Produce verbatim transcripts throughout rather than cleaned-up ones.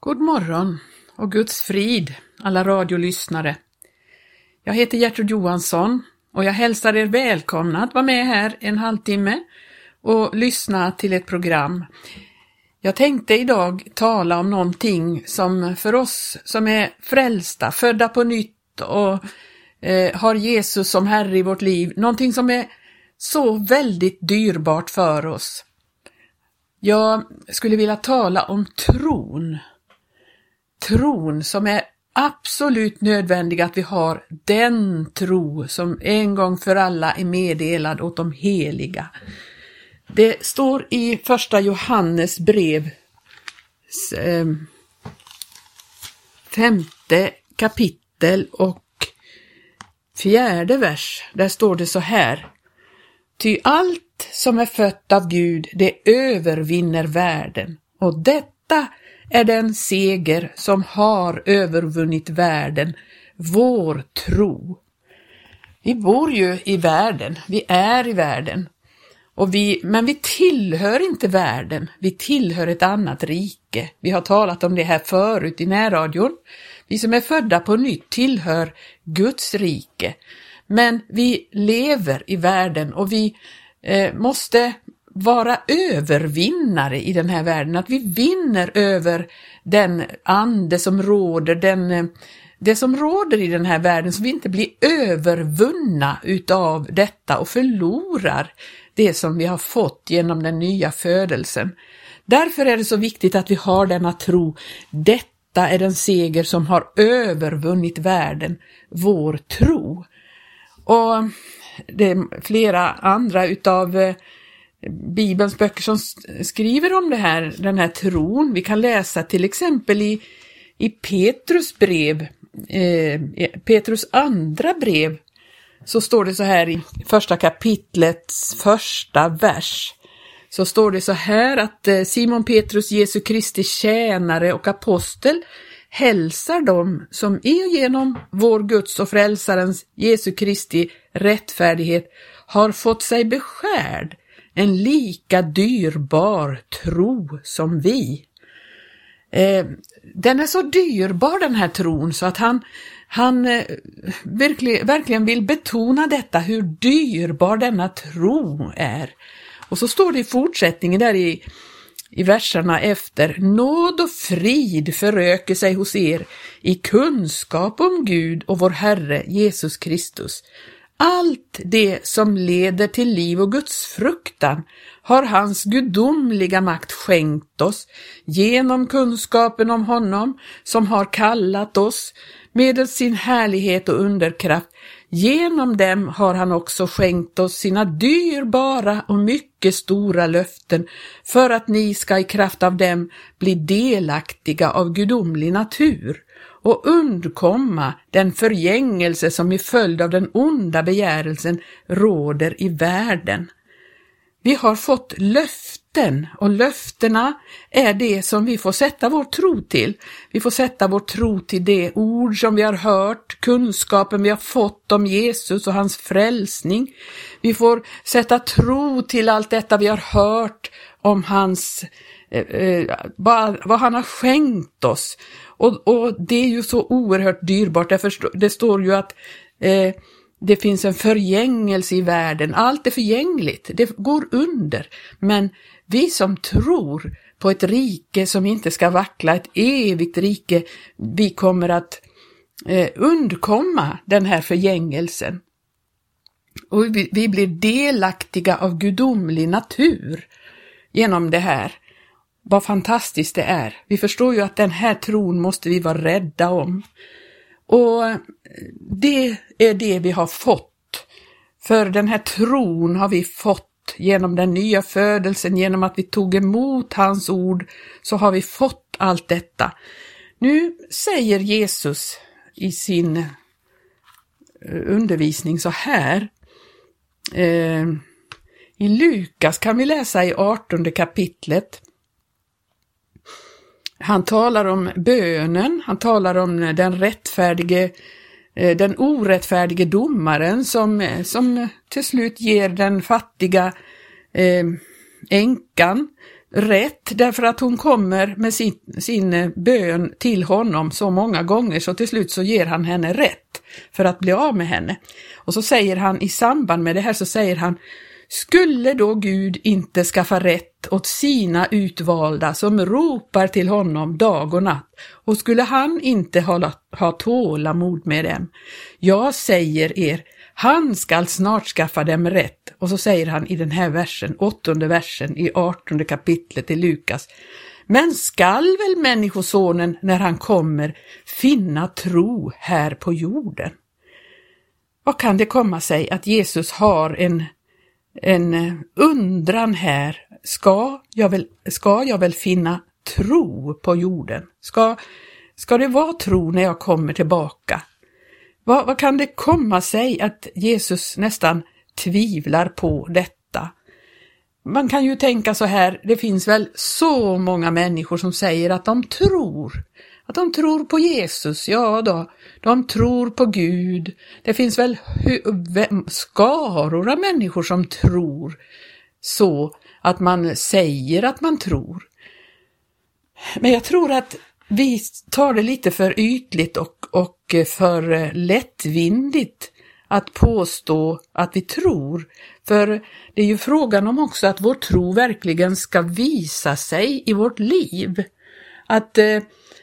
God morgon och Guds frid, alla radiolyssnare. Jag heter Gertrud Johansson och jag hälsar er välkomna att vara med här en halvtimme och lyssna till ett program. Jag tänkte idag tala om någonting som för oss som är frälsta, födda på nytt och eh, har Jesus som Herre i vårt liv, någonting som är så väldigt dyrbart för oss. Jag skulle vilja tala om tron. Tron som är absolut nödvändig att vi har, den tro som en gång för alla är meddelad åt de heliga. Det står i första Johannes brev, femte kapitel och fjärde vers. Där står det så här: Ty allt som är fött av Gud, det övervinner världen, och detta är den seger som har övervunnit världen, vår tro. Vi bor ju i världen, vi är i världen, och vi, men vi tillhör inte världen, vi tillhör ett annat rike. Vi har talat om det här förut i närradion. Vi som är födda på nytt tillhör Guds rike, men vi lever i världen och vi eh, måste vara övervinnare i den här världen, att vi vinner över den ande som råder, den, det som råder i den här världen, så vi inte blir övervunna utav detta och förlorar det som vi har fått genom den nya födelsen. Därför är det så viktigt att vi har denna tro. Detta är den seger som har övervunnit världen, vår tro. Och det är flera andra utav Bibelns böcker som skriver om det här, den här tron. Vi kan läsa till exempel i, i Petrus brev, eh, Petrus andra brev, så står det så här i första kapitlets första vers. Så står det så här att eh, Simon Petrus, Jesu Kristi tjänare och apostel, hälsar dem som är genom vår Guds och frälsarens Jesu Kristi rättfärdighet har fått sig beskärd en lika dyrbar tro som vi. Eh, den är så dyrbar, den här tron, så att han, han eh, verkligen, verkligen vill betona detta, hur dyrbar denna tro är. Och så står det i fortsättningen där i, i verserna efter: Nåd och frid föröker sig hos er i kunskap om Gud och vår Herre Jesus Kristus. Allt det som leder till liv och Guds fruktan har hans gudomliga makt skänkt oss genom kunskapen om honom som har kallat oss med sin härlighet och underkraft. Genom dem har han också skänkt oss sina dyrbara och mycket stora löften för att ni ska i kraft av dem bli delaktiga av gudomlig natur och undkomma den förgängelse som i följd av den onda begärelsen råder i världen. Vi har fått löften, och löftena är det som vi får sätta vår tro till. Vi får sätta vår tro till det ord som vi har hört, kunskapen vi har fått om Jesus och hans frälsning. Vi får sätta tro till allt detta vi har hört om hans, eh, vad, vad han har skänkt oss. Och, och det är ju så oerhört dyrbart. Därför det står ju att eh, det finns en förgängelse i världen. Allt är förgängligt. Det går under. Men vi som tror på ett rike som inte ska vackla, ett evigt rike, vi kommer att eh, undkomma den här förgängelsen. Och vi, vi blir delaktiga av gudomlig natur genom det här. Vad fantastiskt det är. Vi förstår ju att den här tron måste vi vara rädda om. Och det är det vi har fått. För den här tron har vi fått genom den nya födelsen, genom att vi tog emot hans ord, så har vi fått allt detta. Nu säger Jesus i sin undervisning så här. Eh, I Lukas kan vi läsa i artonde kapitlet. Han talar om bönen, han talar om den rättfärdige, den orättfärdige domaren som, som till slut ger den fattiga eh, änkan rätt därför att hon kommer med sin, sin bön till honom så många gånger, så till slut så ger han henne rätt för att bli av med henne. Och så säger han i samband med det här, så säger han: skulle då Gud inte skaffa rätt åt sina utvalda som ropar till honom dag och natt, och skulle han inte ha, ha tålamod med dem? Jag säger er, han skall snart skaffa dem rätt. Och så säger han i den här versen, åttonde versen i artonde kapitlet i Lukas: men skall väl människosonen när han kommer finna tro här på jorden? Vad kan det komma sig att Jesus har en, en undran här? Ska jag väl, ska jag väl finna tro på jorden? Ska, ska det vara tro när jag kommer tillbaka? Vad, vad kan det komma sig att Jesus nästan tvivlar på detta? Man kan ju tänka så här, det finns väl så många människor som säger att de tror, att de tror på Jesus, ja då, de tror på Gud. Det finns väl skaror av människor som tror så att man säger att man tror. Men jag tror att vi tar det lite för ytligt och, och för lättvindigt att påstå att vi tror. För det är ju frågan om också att vår tro verkligen ska visa sig i vårt liv. Att eh,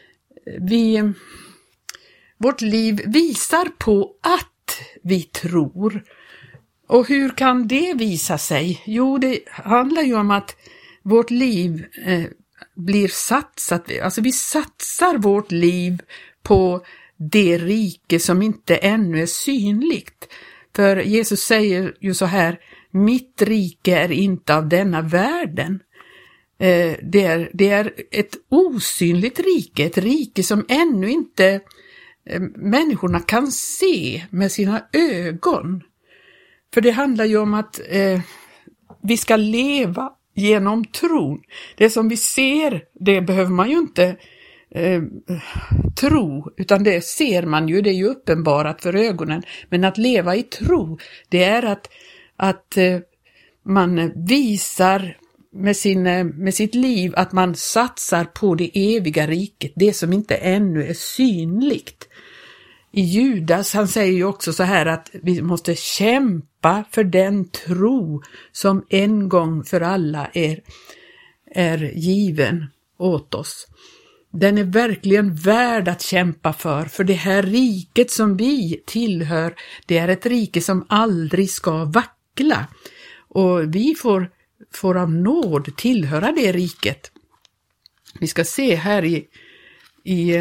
vi, vårt liv visar på att vi tror. Och hur kan det visa sig? Jo, det handlar ju om att vårt liv eh, blir satsat, alltså vi satsar vårt liv på det rike som inte ännu är synligt. För Jesus säger ju så här: mitt rike är inte av denna världen. Eh, det, är, det är ett osynligt rike, ett rike som ännu inte eh, människorna kan se med sina ögon. För det handlar ju om att eh, vi ska leva genom tron. Det som vi ser, det behöver man ju inte eh, tro, utan det ser man ju, det är ju uppenbarat för ögonen. Men att leva i tro, det är att, att eh, man visar med, sin, med sitt liv att man satsar på det eviga riket, det som inte ännu är synligt. I Judas, han säger ju också så här att vi måste kämpa för den tro som en gång för alla är, är given åt oss. Den är verkligen värd att kämpa för, för det här riket som vi tillhör, det är ett rike som aldrig ska vackla. Och vi får, får av nåd tillhöra det riket. Vi ska se här i... i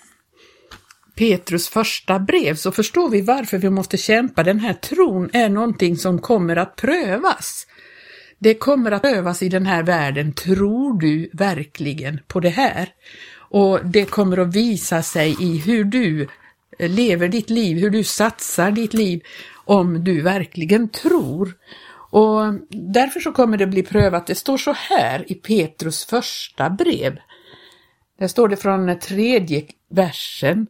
Petrus första brev, så förstår vi varför vi måste kämpa. Den här tron är någonting som kommer att prövas. Det kommer att prövas i den här världen. Tror du verkligen på det här? Och det kommer att visa sig i hur du lever ditt liv, hur du satsar ditt liv, om du verkligen tror. Och därför så kommer det bli prövat. Det står så här i Petrus första brev. Där står det från tredje versen: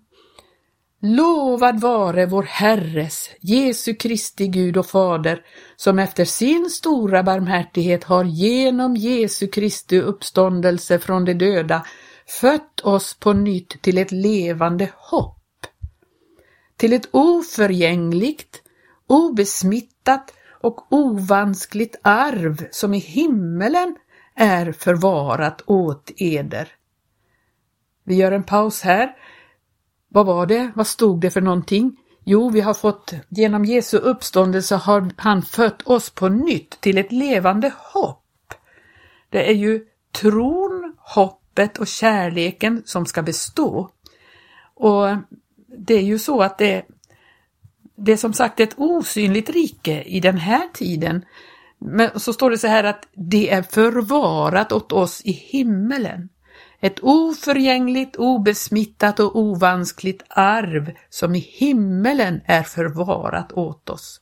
lovad vare vår Herres, Jesu Kristi Gud och Fader, som efter sin stora barmhärtighet har genom Jesu Kristi uppståndelse från de döda fött oss på nytt till ett levande hopp, till ett oförgängligt, obesmittat och ovanskligt arv som i himmelen är förvarat åt eder. Vi gör en paus här. Vad var det? Vad stod det för någonting? Jo, vi har fått, genom Jesu uppståndelse har han fött oss på nytt till ett levande hopp. Det är ju tron, hoppet och kärleken som ska bestå. Och det är ju så att det, det är som sagt ett osynligt rike i den här tiden. Men så står det så här att det är förvarat åt oss i himmelen. Ett oförgängligt, obesmittat och ovanskligt arv som i himmelen är förvarat åt oss.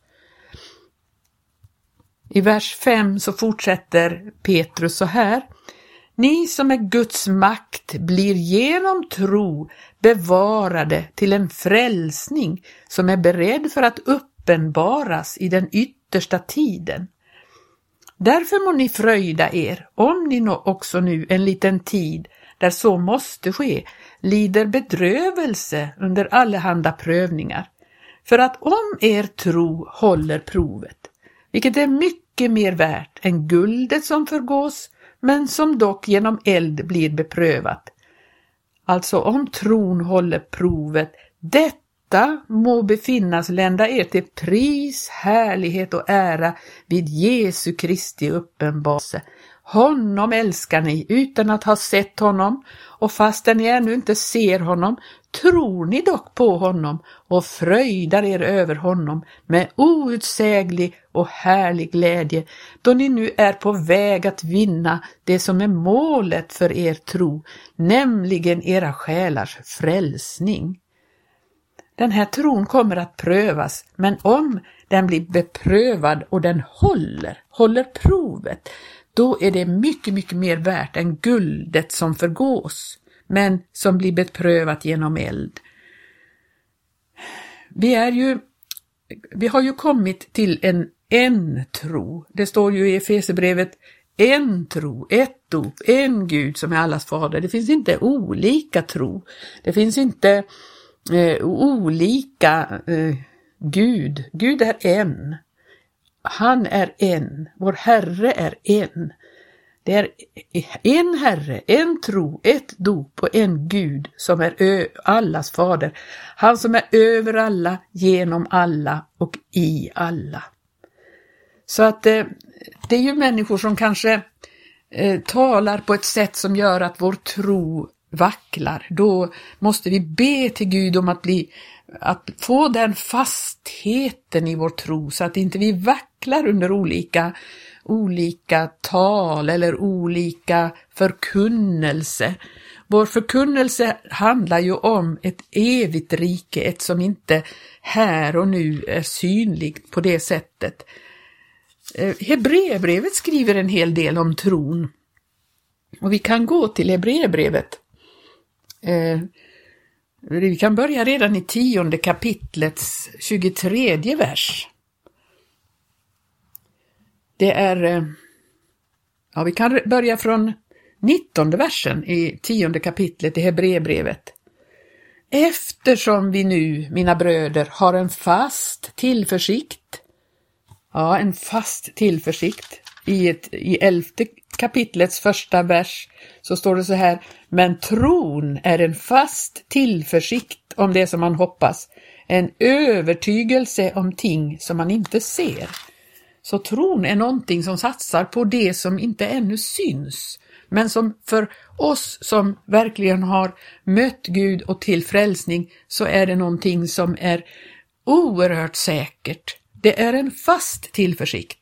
I vers fem så fortsätter Petrus så här: ni som är Guds makt blir genom tro bevarade till en frälsning som är beredd för att uppenbaras i den yttersta tiden. Därför må ni fröjda er, om ni nå också nu en liten tid, där så måste ske, lider bedrövelse under allehanda prövningar. För att om er tro håller provet, vilket är mycket mer värt än guldet som förgås, men som dock genom eld blir beprövat. Alltså om tron håller provet, detta må befinnas lända er till pris, härlighet och ära vid Jesu Kristi uppenbarelse. Honom älskar ni utan att ha sett honom, och fastän ni ännu inte ser honom, tror ni dock på honom och fröjdar er över honom med outsäglig och härlig glädje, då ni nu är på väg att vinna det som är målet för er tro, nämligen era själars frälsning. Den här tron kommer att prövas, men om den blir beprövad och den håller, håller provet, då är det mycket, mycket mer värt än guldet som förgås, men som blir beprövat genom eld. Vi är ju, vi har ju kommit till en en tro. Det står ju i Efesierbrevet en tro, ett dop, en Gud som är allas fader. Det finns inte olika tro. Det finns inte eh, olika eh, Gud. Gud är en. Han är en. Vår Herre är en. Det är en Herre, en tro, ett dop och en Gud som är ö- allas fader. Han som är över alla, genom alla och i alla. Så att eh, det är ju människor som kanske eh, talar på ett sätt som gör att vår tro vacklar. Då måste vi be till Gud om att bli att få den fastheten i vår tro, så att inte vi vacklar under olika olika tal eller olika förkunnelse. Vår förkunnelse handlar ju om ett evigt rike, ett som inte här och nu är synligt på det sättet. Hebreerbrevet skriver en hel del om tron. Och vi kan gå till Hebreerbrevet. Eh, vi kan börja redan i tionde kapitlets tjugotredje vers. Det är, ja, vi kan börja från nittonde versen i tionde kapitlet i Hebreerbrevet. Eftersom vi nu, mina bröder, har en fast tillförsikt, ja, en fast tillförsikt, i, ett, i elfte kapitlets första vers så står det så här: men tron är en fast tillförsikt om det som man hoppas, en övertygelse om ting som man inte ser. Så tron är någonting som satsar på det som inte ännu syns, men som för oss som verkligen har mött Gud och till frälsning, så är det någonting som är oerhört säkert. Det är en fast tillförsikt.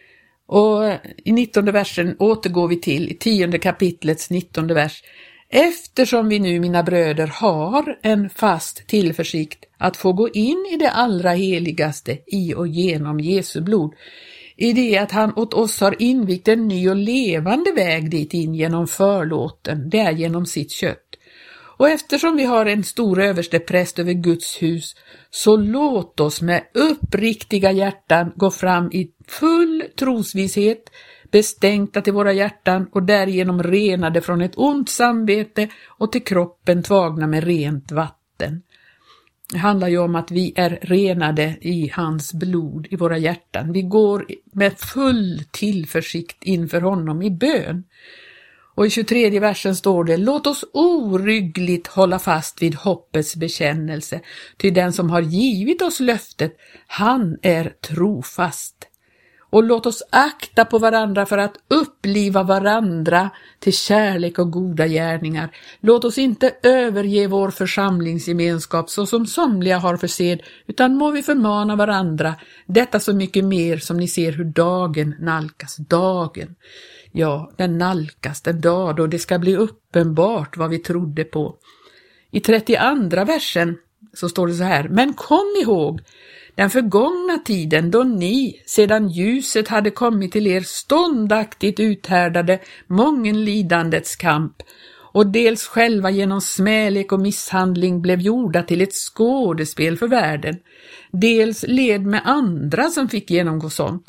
Och i nittonde versen återgår vi till, i tionde kapitlets nittonde vers. Eftersom vi nu, mina bröder, har en fast tillförsikt att få gå in i det allra heligaste i och genom Jesu blod, i det att han åt oss har invigt en ny och levande väg dit in genom förlåten, det är genom sitt kött. Och eftersom vi har en stor överste präst över Guds hus, så låt oss med uppriktiga hjärtan gå fram i full trosvisshet, bestänkta till våra hjärtan och därigenom renade från ett ont samvete och till kroppen tvagna med rent vatten. Det handlar ju om att vi är renade i hans blod i våra hjärtan. Vi går med full tillförsikt inför honom i bön. Och i tjugotredje versen står det: låt oss oryggligt hålla fast vid hoppets bekännelse, ty den som har givit oss löftet, han är trofast. Och låt oss akta på varandra för att uppliva varandra till kärlek och goda gärningar. Låt oss inte överge vår församlingsgemenskap så som somliga har för sed, utan må vi förmana varandra, detta så mycket mer som ni ser hur dagen nalkas. Dagen, ja, den nalkas, den dag då det ska bli uppenbart vad vi trodde på. I trettioandra versen så står det så här: men kom ihåg den förgångna tiden då ni, sedan ljuset hade kommit till er, ståndaktigt uthärdade mången lidandets kamp, och dels själva genom smälek och misshandling blev gjorda till ett skådespel för världen, dels led med andra som fick genomgå sånt.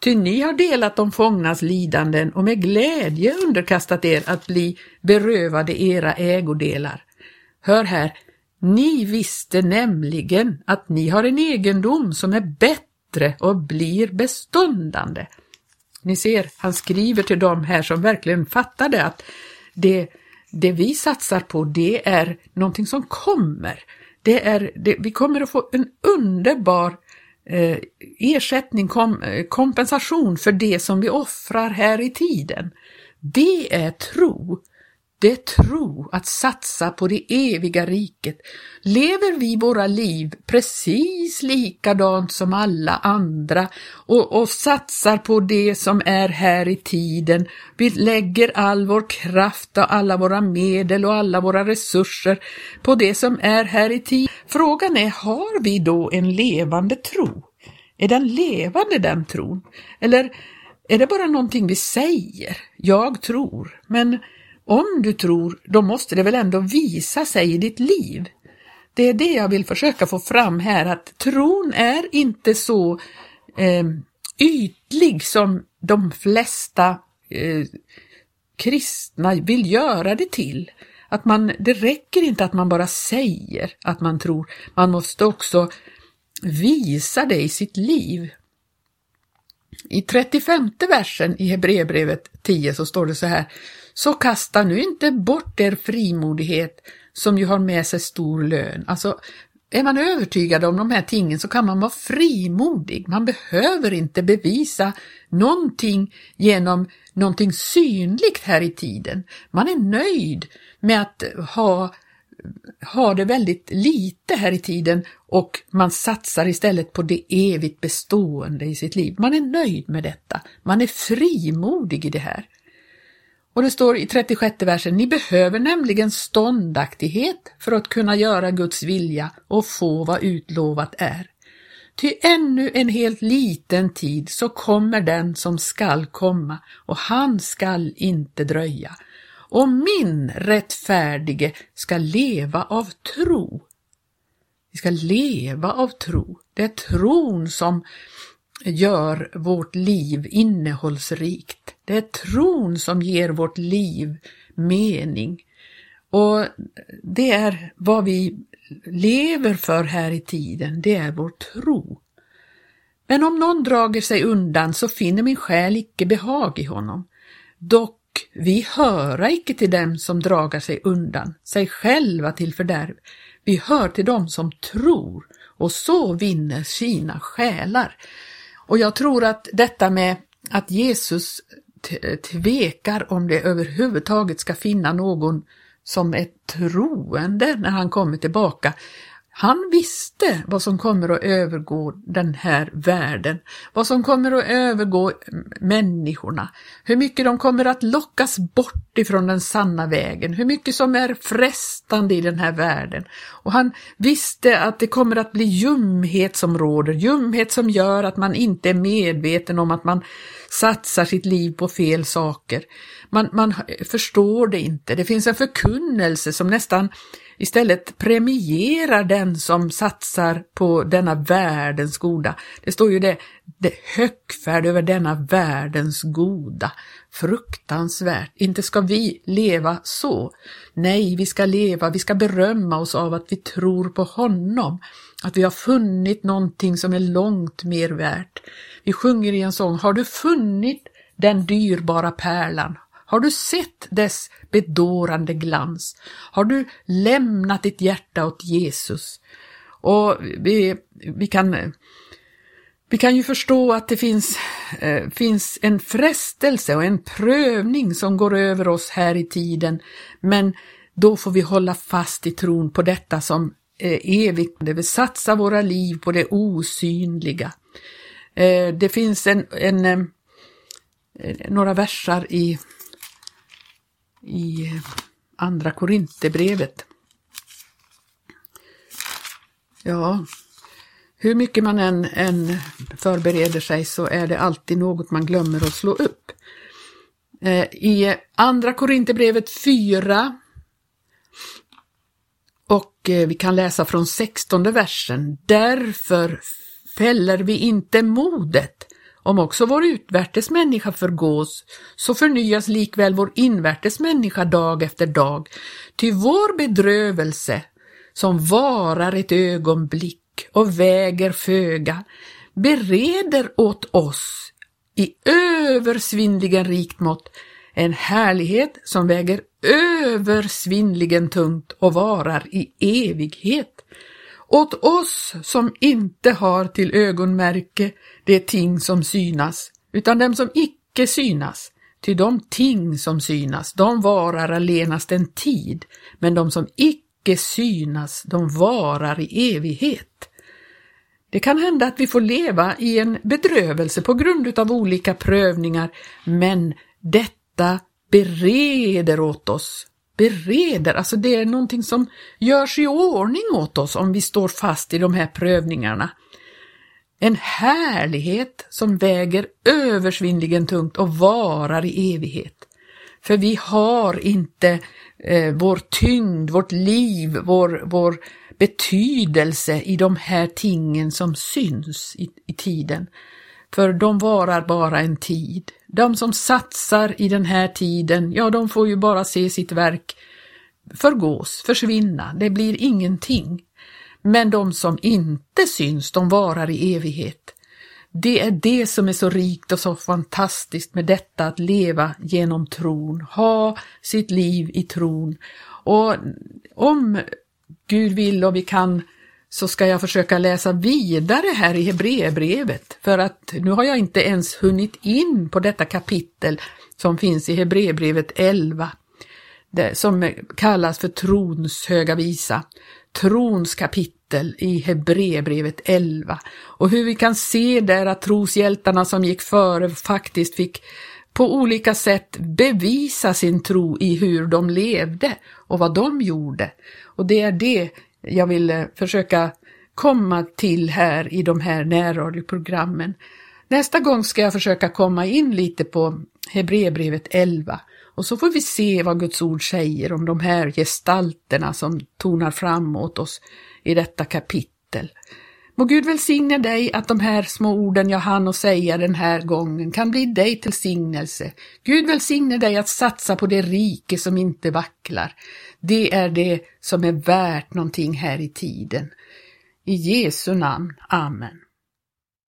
Ty ni har delat de fångnas lidanden och med glädje underkastat er att bli berövade era ägodelar. Hör här, ni visste nämligen att ni har en egendom som är bättre och blir beståndande. Ni ser, han skriver till dem här som verkligen fattade att det, det vi satsar på, det är någonting som kommer. Det är, det, vi kommer att få en underbar eh, ersättning, kom, kompensation för det som vi offrar här i tiden. Det är tro. Det är tro att satsa på det eviga riket. Lever vi våra liv precis likadant som alla andra och, och satsar på det som är här i tiden. Vi lägger all vår kraft och alla våra medel och alla våra resurser på det som är här i tiden. Frågan är, har vi då en levande tro? Är den levande, den tron? Eller är det bara någonting vi säger? Jag tror, men om du tror, då måste det väl ändå visa sig i ditt liv. Det är det jag vill försöka få fram här, att tron är inte så eh, ytlig som de flesta eh, kristna vill göra det till. Att man, det räcker inte att man bara säger att man tror, man måste också visa det i sitt liv. I trettiofemte versen i Hebreerbrevet tio så står det så här: så kasta nu inte bort er frimodighet som ju har med sig stor lön. Alltså, är man övertygad om de här tingen så kan man vara frimodig. Man behöver inte bevisa någonting genom någonting synligt här i tiden. Man är nöjd med att ha, ha det väldigt lite här i tiden och man satsar istället på det evigt bestående i sitt liv. Man är nöjd med detta. Man är frimodig i det här. Och det står i trettiosjätte versen: ni behöver nämligen ståndaktighet för att kunna göra Guds vilja och få vad utlovat är. Ty ännu en helt liten tid så kommer den som skall komma, och han skall inte dröja. Och min rättfärdige ska leva av tro. Vi ska leva av tro. Det är tron som gör vårt liv innehållsrikt. Det är tron som ger vårt liv mening. Och det är vad vi lever för här i tiden. Det är vår tro. Men om någon drager sig undan så finner min själ icke behag i honom. Dock vi höra icke till dem som dragar sig undan, sig själva till fördärv. Vi hör till dem som tror och så vinner sina själar. Och jag tror att detta med att Jesus tvekar om det överhuvudtaget ska finna någon som är troende när han kommer tillbaka. Han visste vad som kommer att övergå den här världen, vad som kommer att övergå människorna, hur mycket de kommer att lockas bort ifrån den sanna vägen, hur mycket som är frestande i den här världen. Och han visste att det kommer att bli ljumhet som råder, ljumhet som gör att man inte är medveten om att man satsar sitt liv på fel saker. Man, man förstår det inte. Det finns en förkunnelse som nästan istället premierar den som satsar på denna världens goda. Det står ju det, det högfärd över denna världens goda. Fruktansvärt. Inte ska vi leva så. Nej, vi ska leva, vi ska berömma oss av att vi tror på honom. Att vi har funnit någonting som är långt mer värt. Vi sjunger i en sång: har du funnit den dyrbara pärlan? Har du sett dess bedårande glans? Har du lämnat ditt hjärta åt Jesus? Och vi, vi, kan, vi kan ju förstå att det finns, eh, finns en frestelse och en prövning som går över oss här i tiden. Men då får vi hålla fast i tron på detta som är evigt. Det vill satsa våra liv på det osynliga. Eh, det finns en, en, en, några versar i i andra Korinthierbrevet. Ja, hur mycket man än, än förbereder sig så är det alltid något man glömmer att slå upp. Eh, I andra Korinthierbrevet fyra och eh, vi kan läsa från sextonde versen. Därför fäller vi inte modet Om också vår utvärtes människa förgås, så förnyas likväl vår invärtes människa dag efter dag. Ty vår bedrövelse, som varar ett ögonblick och väger föga, bereder åt oss i översvinnligen rikt mått en härlighet som väger översvinnligen tungt och varar i evighet. Åt oss som inte har till ögonmärke det ting som synas, utan dem som icke synas. Ty de ting som synas, de varar allenast en tid, men de som icke synas, de varar i evighet. Det kan hända att vi får leva i en bedrövelse på grund av olika prövningar, men detta bereder åt oss. Bereder, alltså det är någonting som görs i ordning åt oss om vi står fast i de här prövningarna. En härlighet som väger översvinnligen tungt och varar i evighet. För vi har inte eh, vår tyngd, vårt liv, vår, vår betydelse i de här tingen som syns i, i tiden. För de varar bara en tid. De som satsar i den här tiden, ja, de får ju bara se sitt verk förgås, försvinna. Det blir ingenting. Men de som inte syns, de varar i evighet. Det är det som är så rikt och så fantastiskt med detta att leva genom tron. Ha sitt liv i tron. Och om Gud vill och vi kan, så ska jag försöka läsa vidare här i Hebreerbrevet. För att nu har jag inte ens hunnit in på detta kapitel som finns i Hebreerbrevet elva. Det, som kallas för trons höga visa. Trons kapitel i Hebreerbrevet elva. Och hur vi kan se där att troshjältarna som gick före faktiskt fick på olika sätt bevisa sin tro i hur de levde och vad de gjorde. Och det är det jag vill försöka komma till här i de här närradioprogrammen. Nästa gång ska jag försöka komma in lite på Hebreerbrevet elva. Och så får vi se vad Guds ord säger om de här gestalterna som tonar fram åt oss i detta kapitel. Må Gud välsigne dig att de här små orden jag hann att säga den här gången kan bli dig till signelse. Gud välsigne dig att satsa på det rike som inte vacklar. Det är det som är värt någonting här i tiden. I Jesu namn. Amen.